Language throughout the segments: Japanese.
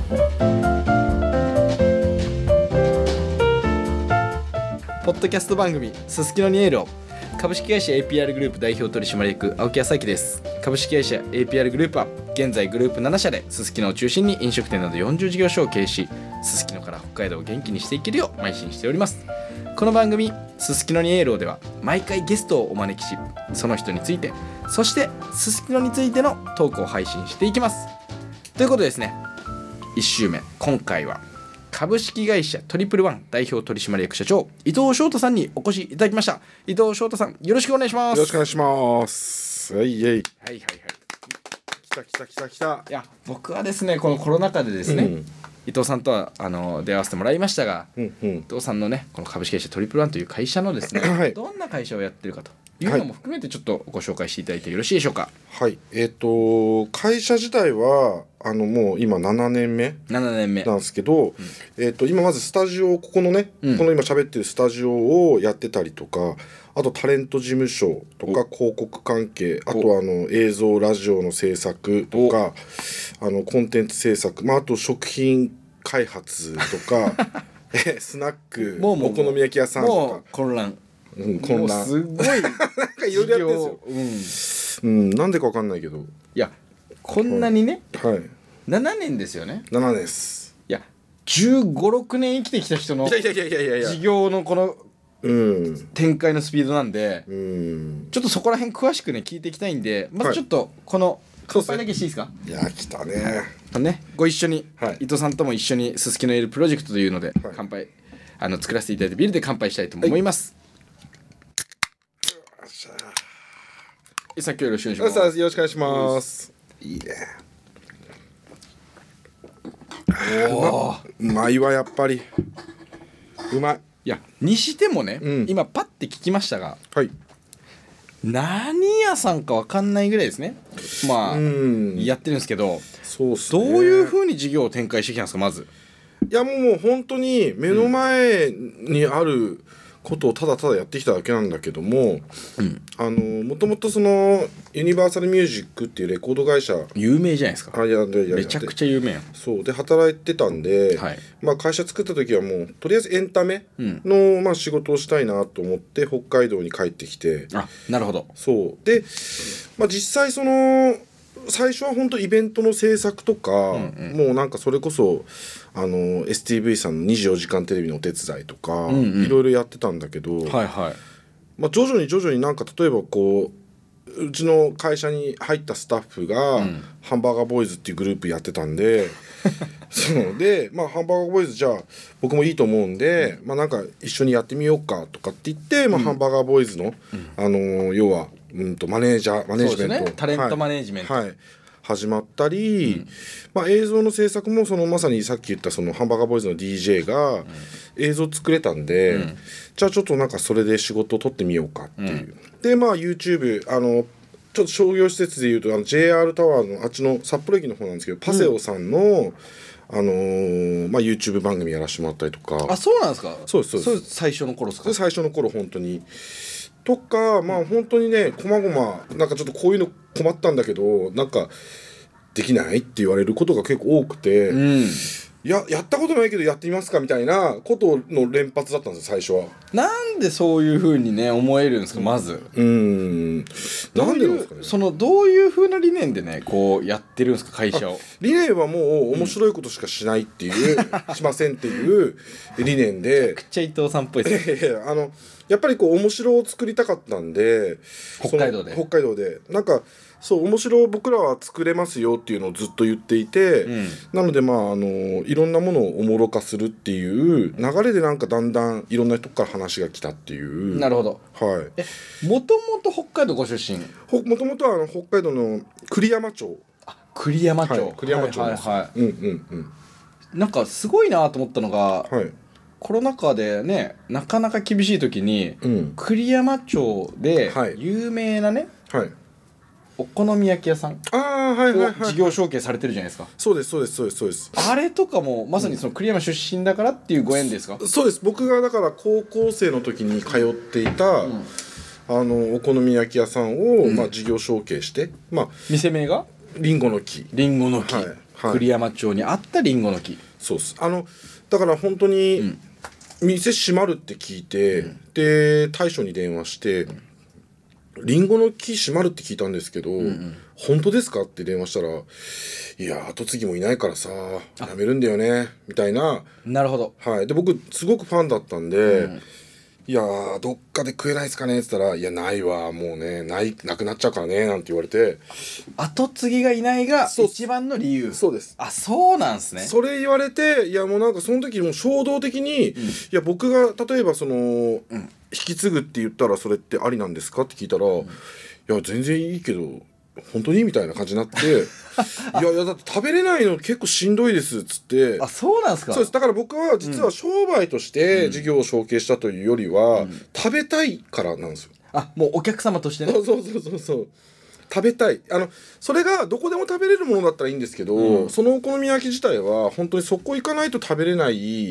ポッドキャスト番組すすきのにエールを株式会社 APR グループ代表取締役青木康之です。株式会社 APR グループは現在グループ7社ですすきのを中心に飲食店など40事業所を経営し、すすきのから北海道を元気にしていけるよう邁進しております。この番組すすきのにエールでは毎回ゲストをお招きし、その人についてそしてすすきのについてのトークを配信していきます。ということでですね、1週目今回は株式会社トリプルワン代表取締役社長伊藤翔太さんにお越しいただきました。伊藤翔太さん、よろしくお願いします。 よろしくお願いします。はいはいはい来た。 いや、僕はですねこのコロナ禍でですね、伊藤さんとは出会わせてもらいましたが、伊藤さんのねこの株式会社トリプルワンという会社のですね、はい、どんな会社をやってるかというのも含めてちょっとご紹介していただいてよろしいでしょうか。 はい、会社自体はもう今7年目なんですけど、今まずスタジオ、ここのね、この今喋ってるスタジオをやってたりとか、あとタレント事務所とか広告関係、あとは映像ラジオの制作とかコンテンツ制作、あと食品開発とかスナック、お好み焼き屋さんとか、 もう混乱混乱すごいなんかいろいろやってるんですよ。なんでか分かんないけど、 いやこんなにね、 はい、 7年ですよね。 7年です。 いや15、6年生きてきた人の事業のこの展開のスピードなんで、ちょっとそこら辺詳しくね聞いていきたいんで、まずちょっとこの乾杯だけしていいですか。 いや来たね。 ご一緒に、伊藤さんとも一緒にすすきのエールプロジェクトというので、乾杯作らせていただいてビールで乾杯したいと思います。さっきよろしくお願いします。 よろしくお願いします。いいね。うまいわ、やっぱりうまい。 いやにしてもね、今パッて聞きましたが、 はい、 何屋さんか分かんないぐらいですね。やってるんですけど、 そうっすね、 どういう風に事業を展開してきたんですか。まずいやもう本当に目の前にあることをただただやってきただけなんだけども、もともとそのユニバーサルミュージックっていうレコード会社、 有名じゃないですか。 いやめちゃくちゃ有名やん。 そうで働いてたんで、会社作った時はもうとりあえずエンタメの、仕事をしたいなと思って北海道に帰ってきて。 なるほど。 そうで、実際その最初は本当イベントの制作とか、もうなんかそれこそSTV さんの24時間テレビのお手伝いとか、いろいろやってたんだけど、徐々になんか例えばこうちの会社に入ったスタッフが、ハンバーガーボーイズっていうグループやってたんでそうで、ハンバーガーボーイズじゃあ僕もいいと思うんで、なんか一緒にやってみようかとかって言って、ハンバーガーボーイズの、要はマネージメント、 タレントマネージメント、 始まったり、映像の制作もそのまさにさっき言ったそのハンバーガーボーイズの DJ が映像作れたんで、じゃあちょっとなんかそれで仕事を取ってみようかっていう、でYouTube ちょっと商業施設でいうとJR タワーのあっちの札幌駅の方なんですけど、パセオさんのYouTube 番組やらせてもらったりとか。 そうなんですか。 そうです最初の頃ですか。 最初の頃本当にとか、本当にね、こまごまなんかちょっとこういうの困ったんだけどなんかできないって言われることが結構多くて、やったことないけどやってみますかみたいなことの連発だったんですよ最初は。 なんでそういう風にね思えるんですか。まずなんでなんですかね。そのどういう風な理念でねこうやってるんですか会社を。 理念はもう面白いことしかしないっていう、しませんっていう理念で。 めちゃくちゃ伊藤さんっぽいですね。 やっぱりこう面白を作りたかったんで、 北海道でなんかそう面白を僕らは作れますよっていうのをずっと言っていて、なのでいろんなものをおもろ化するっていう流れでなんかだんだんいろんな人から話が来たっていう。 なるほど。もともと北海道ご出身。 もともとは北海道の栗山町。 栗山町。なんかすごいなと思ったのが、コロナ禍でねなかなか厳しい時に、栗山町で有名なね、お好み焼き屋さんを事業承継されてるじゃないですか。 そうですあれとかもまさにその栗山出身だからっていうご縁ですか。 そうです。僕がだから高校生の時に通っていた、お好み焼き屋さんを、事業承継して、 店名がリンゴの木。 はい栗山町にあったリンゴの木。 そうですだから本当に、店閉まるって聞いて、で大将に電話して、リンゴの木閉まるって聞いたんですけど、本当ですかって電話したら、いや後継ぎもいないからさやめるんだよねみたいな。 なるほど。 はい、で僕すごくファンだったんで、いやどっかで食えないですかねって言ったら、いやないわもうねなくなっちゃうからねなんて言われて。 後継ぎがいないがそう一番の理由。 そうです。 あ、そうなんですね。 それ言われて、いやもうなんかその時も衝動的に、いや僕が例えばその、引き継ぐって言ったらそれってありなんですかって聞いたら、いや全然いいけど本当にみたいな感じになっていやだって食べれないの結構しんどいですっつって。 あ、そうなんですか。 そうです。だから僕は実は商売として事業を承継したというよりは、食べたいからなんですよ。 あ、もうお客様としてね。 そう食べたいそれがどこでも食べれるものだったらいいんですけど、そのお好み焼き自体は本当にそこ行かないと食べれない、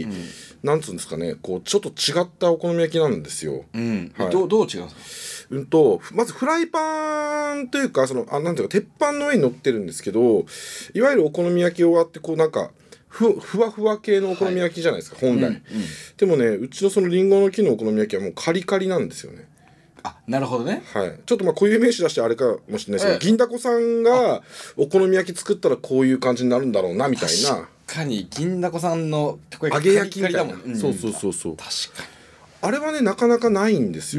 なんつうんですかねこうちょっと違ったお好み焼きなんですよ。はい、 どう違うんですか。 まずフライパンというかなんていうか鉄板の上に乗ってるんですけど、いわゆるお好み焼き終わってこうなんかふわふわ系のお好み焼きじゃないですか、本来、でもねうちのそのリンゴの木のお好み焼きはもうカリカリなんですよね。 あ、なるほどね。 はい、ちょっと固有名詞出してあれかもしれないですけど、銀だこさんがお好み焼き作ったらこういう感じになるんだろうなみたいな。 確かに銀だこさんの揚げ焼きみたいな、 カリカリだもん。 そう確かにあれはねなかなかないんですよ。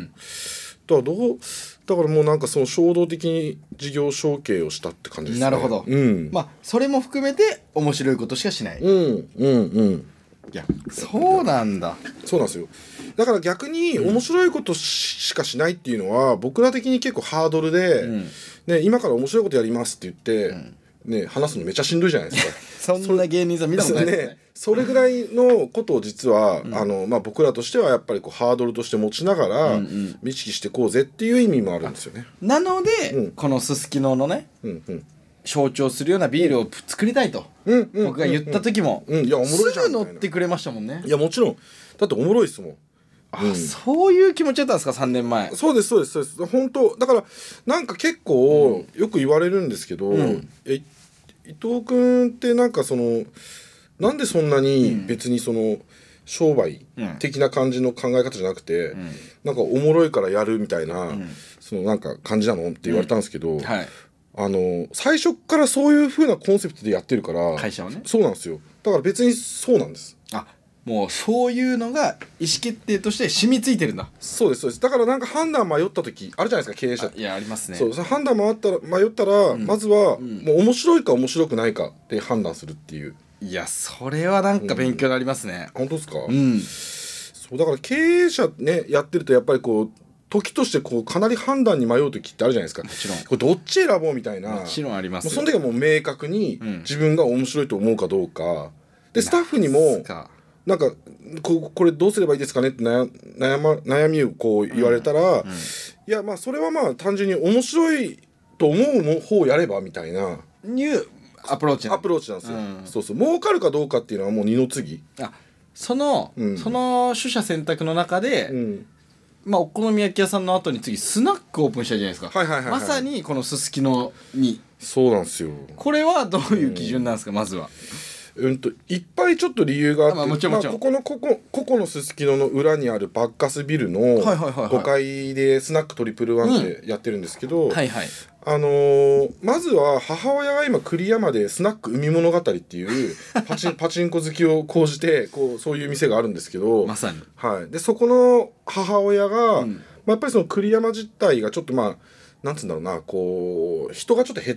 だからもうなんかその衝動的に事業承継をしたって感じですね。 なるほど。まあそれも含めて面白いことしかしない。いやそうなんだ。 そうなんですよ。だから逆に面白いことしかしないっていうのは、僕ら的に結構ハードルで、ね、今から面白いことやりますって言って、ね、話すのめちゃしんどいじゃないですか。 そんな芸人さん見たことないですね。 それぐらいのことを実は、僕らとしてはやっぱりこうハードルとして持ちながら、意識してこうぜっていう意味もあるんですよね。 なので、このすすきののね、象徴するようなビールを作りたいと、僕が言った時も、 いやおもろいじゃんすぐ乗ってくれましたもんね。 いやもちろんだっておもろいですもん。 そういう気持ちだったんですか、3年前。 そうです本当だからなんか結構よく言われるんですけど、伊藤君ってなんかなんでそんなに別に商売的な感じの考え方じゃなくて、なんかおもろいからやるみたいな、なんか感じなのって言われたんですけど、最初からそういう風なコンセプトでやってるから会社はね。 そうなんですよ。だから別にそうなんです。 もうそういうのが意思決定として染みついてるんだ。 そうですだからなんか判断迷った時あるじゃないですか、経営者って。 いやありますね。 そう判断迷ったら、まずは、もう面白いか面白くないかで判断するっていう。 いやそれはなんか勉強になりますね。 本当ですか。そうだから経営者ねやってるとやっぱりこう時としてこうかなり判断に迷う時ってあるじゃないですか。 もちろんこれどっち選ぼうみたいな。 もちろんありますよ。 その時はもう明確に自分が面白いと思うかどうか、でスタッフにもなんかこれどうすればいいですかねって悩みをこう言われたら、いやそれは単純に面白いと思う方をやればみたいなニューアプローチなんですよ。儲かるかどうかっていうのはもう二の次。 その取捨選択の中で、お好み焼き屋さんの後に次スナックオープンしたじゃないですか。まさにこのすすきのに。 そうなんですよ。 これはどういう基準なんですか、まずは。 いっぱいちょっと理由があって、 もちろんここのすすきのの裏にあるバッカスビルの5階でスナックトリプルワンってやってるんですけど、まずは母親が今栗山でスナック海物語っていうパチンコ好きを講じてそういう店があるんですけど、 まさに、 でそこの母親が、やっぱりその栗山自体がちょっとなんつうんだろうな、こう人がちょっと減って、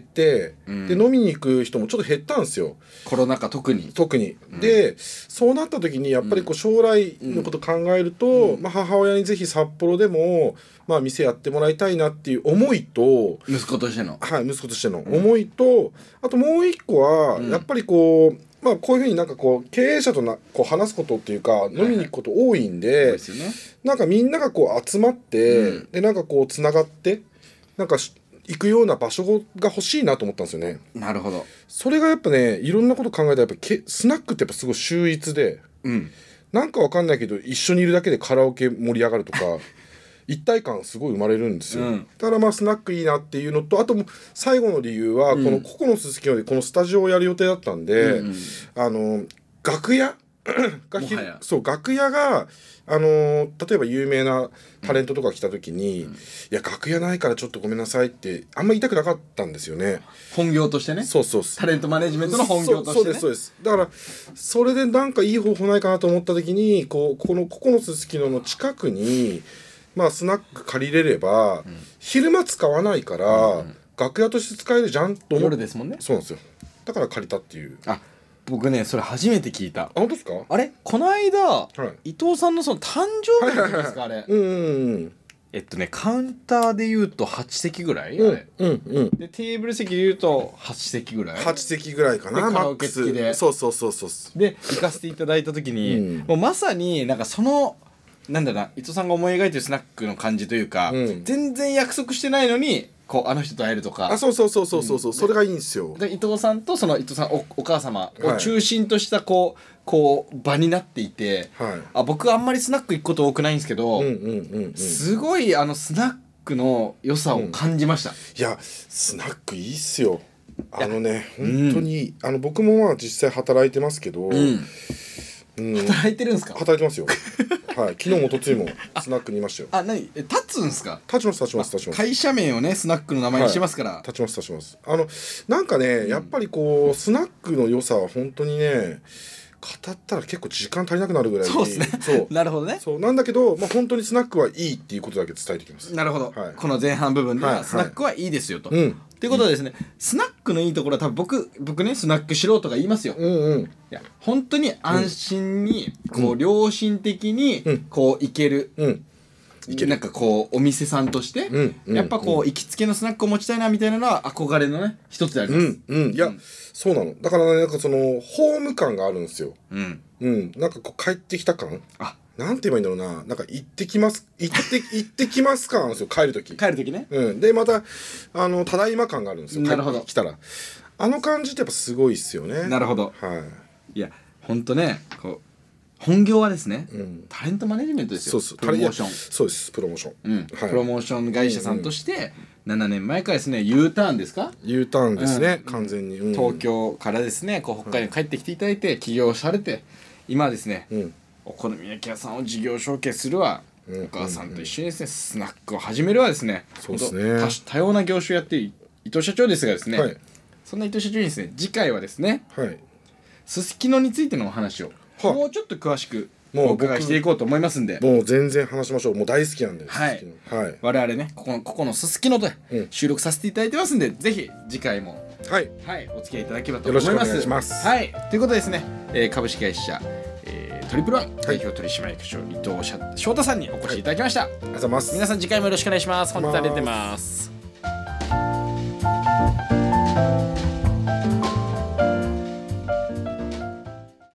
で飲みに行く人もちょっと減ったんですよ、 コロナ禍特に。 でそうなった時にやっぱりこう将来のこと考えると、母親にぜひ札幌でも店やってもらいたいなっていう思いと、 息子としての思いと、あともう一個は、やっぱりこうこういうふうになんかこう経営者とこう話すことっていうか飲みに行くこと多いんで、なんかみんながこう集まって、でなんかこうつながってなんか行くような場所が欲しいなと思ったんですよね。 なるほど。 それがやっぱね、いろんなこと考えたらやっぱスナックってやっぱすごい秀逸で、なんかわかんないけど一緒にいるだけでカラオケ盛り上がるとか一体感すごい生まれるんですよ、 うんだからまあスナックいいなっていうのと、あともう最後の理由はこの個々のすすきのでこのスタジオをやる予定だったんで、楽屋がもはやそう楽屋が例えば有名なタレントとか来た時に、いや楽屋ないからちょっとごめんなさいってあんま言いたくなかったんですよね。 本業としてね。 そうそうタレントマネジメントの本業としてね。 そうですそうです。だからそれでなんかいい方法ないかなと思った時にこのここのすすきのの近くにまあスナック借りれれば、昼間使わないから、楽屋として使えるじゃんと思って。 夜ですもんね。 そうなんですよ。だから借りたっていう。 僕ねそれ初めて聞いた。 本当ですか？ あれこの間、 い伊藤さんのその誕生日の時ですか、あれ。カウンターで言うと8席ぐらい、あれ。でテーブル席で言うと8席ぐらい。 8席ぐらいかな。 でカラオケ付きで。 そう。 で行かせていただいた時に、もうまさになんかそのなんだろうな、伊藤さんが思い描いてるスナックの感じというか、全然約束してないのにこうあの人と会えるとか。 そう、それがいいんですよ。 で伊藤さんとその伊藤さん お母様を中心としたこう場になっていて、僕あんまりスナック行くこと多くないんですけど、すごいスナックの良さを感じました。 いやスナックいいっすよ。本当に僕もまあ実際働いてますけど、 働いてるんですか？ 働いてますよ。はい、昨日もとついもスナックにいましたよ。 何立つんすか？ 立ちます。 会社名をねスナックの名前にしてますから。 立ちます。なんかね、やっぱりこうスナックの良さは本当にね、語ったら結構時間足りなくなるぐらい。 そうですね。なるほどね。 そうなんだけど、まあ本当にスナックはいいっていうことだけ伝えてきます。 なるほど。この前半部分ではスナックはいいですよと。ということでですね、スナックのいいところは多分僕ねスナック素人が言いますよ。いや本当に安心にこう良心的にこう行ける。なんかこうお店さんとしてやっぱこう行きつけのスナックを持ちたいなみたいなのは憧れのね一つであります。 いやそうなの。だからねなんかそのホーム感があるんですよ。なんかこう帰ってきた感。なんて言えばいいんだろうな。なんか行ってきます感あるんですよ。帰る時ね。 でまたただいま感があるんですよ。 なるほど。 来たら感じってやっぱすごいっすよね。 なるほど。 はい。 いや本当ねこう本業はですね、タレントマネジメントですよ。プロモーション。 そうです。プロモーション。 プロモーション会社さんとして7年前からですね U ターンですか？ U ターンですね、完全に。 東京からですねこう北海道に帰ってきていただいて起業されて今はですね、お好み焼き屋さんを事業承継するわ、お母さんと一緒にですねスナックを始めるわですね。 そうですね。 多様な業種をやっている伊藤社長ですがですね、そんな伊藤社長にですね次回はですねすすきのについてのお話をもうちょっと詳しくお伺いしていこうと思いますんで、 もう全然話しましょう。もう大好きなんで。 我々ねここのすすきので収録させていただいてますんで、ぜひ次回もお付き合いいただければと思います。 よろしくお願いします。 ということでですね、株式会社トリプルワン代表取締役社長伊藤翔太さんにお越しいただきました。 ありがとうございます。 皆さん次回もよろしくお願いします。本日は出てます。